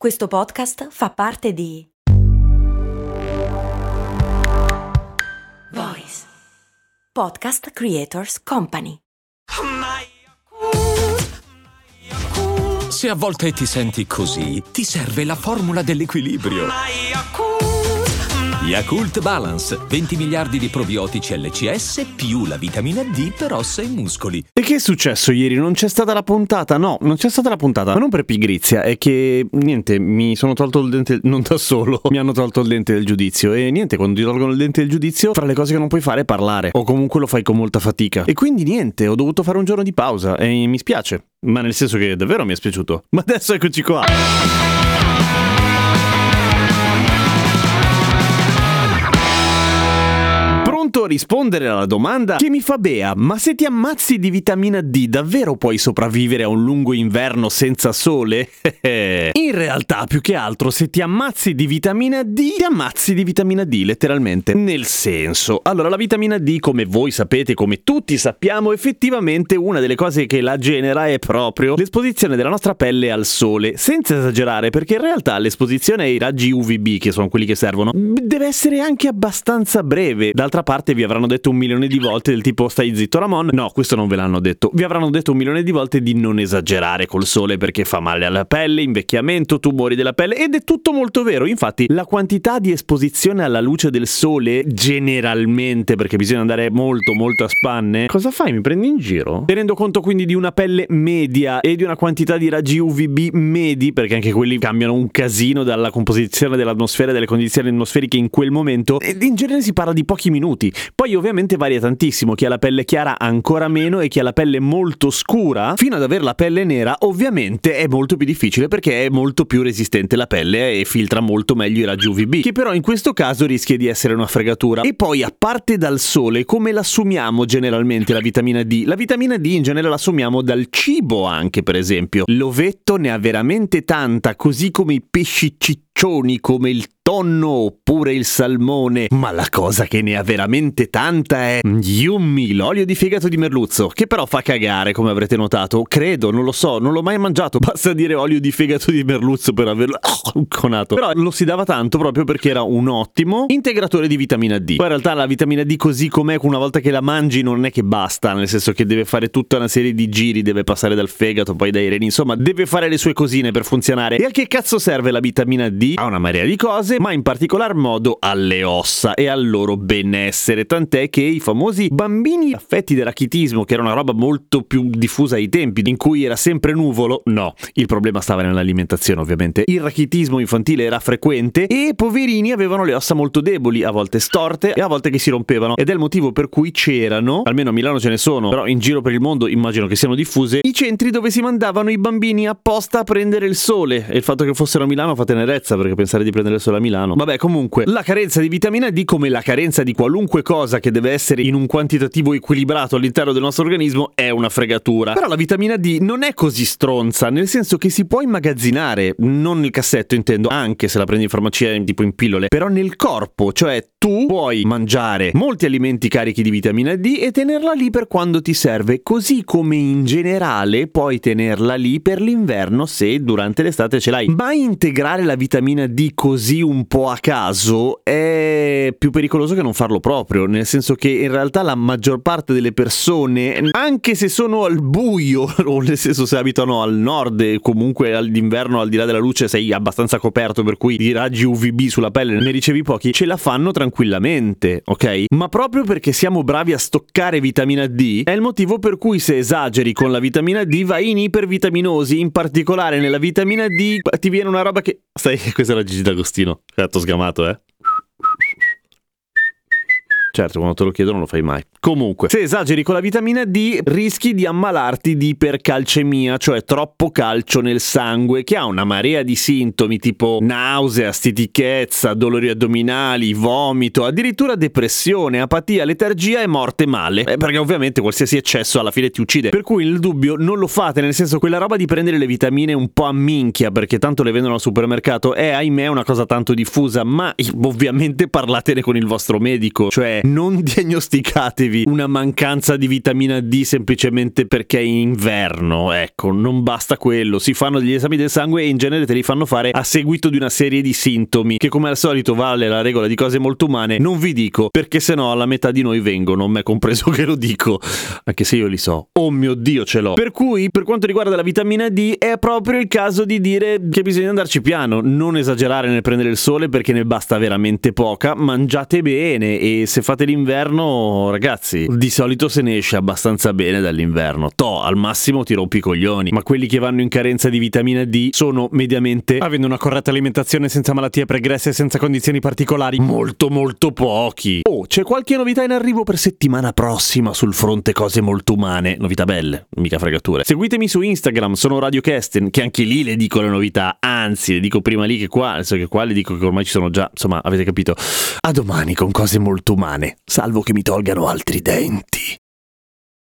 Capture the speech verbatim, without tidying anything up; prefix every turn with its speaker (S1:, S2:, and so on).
S1: Questo podcast fa parte di Voice Podcast Creators Company.
S2: Se a volte ti senti così, ti serve la formula dell'equilibrio. Yakult Balance, venti miliardi di probiotici L C S più la vitamina D per ossa e muscoli.
S3: E che è successo ieri? Non c'è stata la puntata? No, non c'è stata la puntata, ma non per pigrizia, è che niente, mi sono tolto il dente, non da solo, mi hanno tolto il dente del giudizio e niente, quando ti tolgono il dente del giudizio, fra le cose che non puoi fare è parlare, o comunque lo fai con molta fatica. E quindi niente, ho dovuto fare un giorno di pausa e mi spiace, ma nel senso che davvero mi è spiaciuto. Ma adesso eccoci qua. A rispondere alla domanda che mi fa Bea: ma se ti ammazzi di vitamina D davvero puoi sopravvivere a un lungo inverno senza sole? In realtà più che altro se ti ammazzi di vitamina D ti ammazzi di vitamina D letteralmente, nel senso, allora la vitamina D, come voi sapete, come tutti sappiamo, effettivamente una delle cose che la genera è proprio l'esposizione della nostra pelle al sole, senza esagerare, perché in realtà l'esposizione ai raggi U V B, che sono quelli che servono, deve essere anche abbastanza breve. D'altra parte vi avranno detto un milione di volte del tipo stai zitto Ramon, no, questo non ve l'hanno detto, vi avranno detto un milione di volte di non esagerare col sole perché fa male alla pelle, invecchiamento, tumori della pelle, ed è tutto molto vero. Infatti la quantità di esposizione alla luce del sole generalmente, perché bisogna andare molto molto a spanne, cosa fai? Mi prendi in giro? Tenendo conto quindi di una pelle media e di una quantità di raggi U V B medi, perché anche quelli cambiano un casino dalla composizione dell'atmosfera e delle condizioni atmosferiche in quel momento, e in genere si parla di pochi minuti. Poi ovviamente varia tantissimo, chi ha la pelle chiara ancora meno e chi ha la pelle molto scura, fino ad avere la pelle nera ovviamente è molto più difficile perché è molto più resistente la pelle e filtra molto meglio i raggi U V B, che però in questo caso rischia di essere una fregatura. E poi a parte dal sole, come l'assumiamo generalmente la vitamina D? La vitamina D in genere l'assumiamo dal cibo anche, per esempio. L'ovetto ne ha veramente tanta, così come i pesci ciccioni, come il tonno oppure il salmone, ma la cosa che ne ha veramente tanta è yummy, l'olio di fegato di merluzzo, che però fa cagare, come avrete notato, credo, non lo so, non l'ho mai mangiato, basta dire olio di fegato di merluzzo per averlo oh, conato, però lo si dava tanto proprio perché era un ottimo integratore di vitamina D. Poi in realtà la vitamina D così com'è, una volta che la mangi non è che basta, nel senso che deve fare tutta una serie di giri, deve passare dal fegato, poi dai reni, insomma deve fare le sue cosine per funzionare. E a che cazzo serve la vitamina D? A una marea di cose, ma in particolar modo alle ossa e al loro benessere, tant'è che i famosi bambini affetti da rachitismo, che era una roba molto più diffusa ai tempi, in cui era sempre nuvolo, no, il problema stava nell'alimentazione ovviamente, il rachitismo infantile era frequente e poverini avevano le ossa molto deboli, a volte storte e a volte che si rompevano, ed è il motivo per cui c'erano, almeno a Milano ce ne sono, però in giro per il mondo immagino che siano diffuse, i centri dove si mandavano i bambini apposta a prendere il sole, e il fatto che fossero a Milano fa tenerezza, perché pensare di prendere il sole a Milano. Vabbè, comunque, la carenza di vitamina D, come la carenza di qualunque cosa che deve essere in un quantitativo equilibrato all'interno del nostro organismo, è una fregatura. Però la vitamina D non è così stronza, nel senso che si può immagazzinare, non nel cassetto intendo, anche se la prendi in farmacia tipo in pillole, però nel corpo, cioè tu puoi mangiare molti alimenti carichi di vitamina D e tenerla lì per quando ti serve, così come in generale puoi tenerla lì per l'inverno se durante l'estate ce l'hai. Ma integrare la vitamina D così un po' a caso è più pericoloso che non farlo proprio, nel senso che in realtà la maggior parte delle persone, anche se sono al buio o nel senso se abitano al nord e comunque all'inverno al di là della luce sei abbastanza coperto, per cui i raggi U V B sulla pelle ne ricevi pochi, ce la fanno tranquillamente, ok? Ma proprio perché siamo bravi a stoccare vitamina D è il motivo per cui se esageri con la vitamina D vai in ipervitaminosi, in particolare nella vitamina D ti viene una roba che... Stai, questa è la Gigi D'Agostino, gatto sgamato, eh? Certo, quando te lo chiedo non lo fai mai. Comunque, se esageri con la vitamina D rischi di ammalarti di ipercalcemia, cioè troppo calcio nel sangue, che ha una marea di sintomi tipo nausea, stitichezza, dolori addominali, vomito, addirittura depressione, apatia, letargia e morte male. Eh, perché ovviamente qualsiasi eccesso alla fine ti uccide. Per cui nel dubbio non lo fate, nel senso quella roba di prendere le vitamine un po' a minchia perché tanto le vendono al supermercato è ahimè una cosa tanto diffusa, ma ovviamente parlatene con il vostro medico, cioè non diagnosticatevi una mancanza di vitamina D semplicemente perché è inverno, ecco, non basta quello, si fanno degli esami del sangue e in genere te li fanno fare a seguito di una serie di sintomi, che come al solito vale la regola di cose molto umane, non vi dico, perché sennò alla metà di noi vengono, me compreso che lo dico, anche se io li so, oh mio Dio ce l'ho. Per cui, per quanto riguarda la vitamina D, è proprio il caso di dire che bisogna andarci piano, non esagerare nel prendere il sole perché ne basta veramente poca, mangiate bene e se fate l'inverno, ragazzi, di solito se ne esce abbastanza bene dall'inverno. To, al massimo ti rompi i coglioni, ma quelli che vanno in carenza di vitamina D sono mediamente, avendo una corretta alimentazione senza malattie pregresse e senza condizioni particolari, molto molto pochi. Oh, c'è qualche novità in arrivo per settimana prossima sul fronte cose molto umane, novità belle, mica fregature. Seguitemi su Instagram, sono Radio Kesten, che anche lì le dico le novità, anzi le dico prima lì che qua, nel senso che qua le dico che ormai ci sono già, insomma avete capito. A domani con cose molto umane, salvo che mi tolgano altri denti.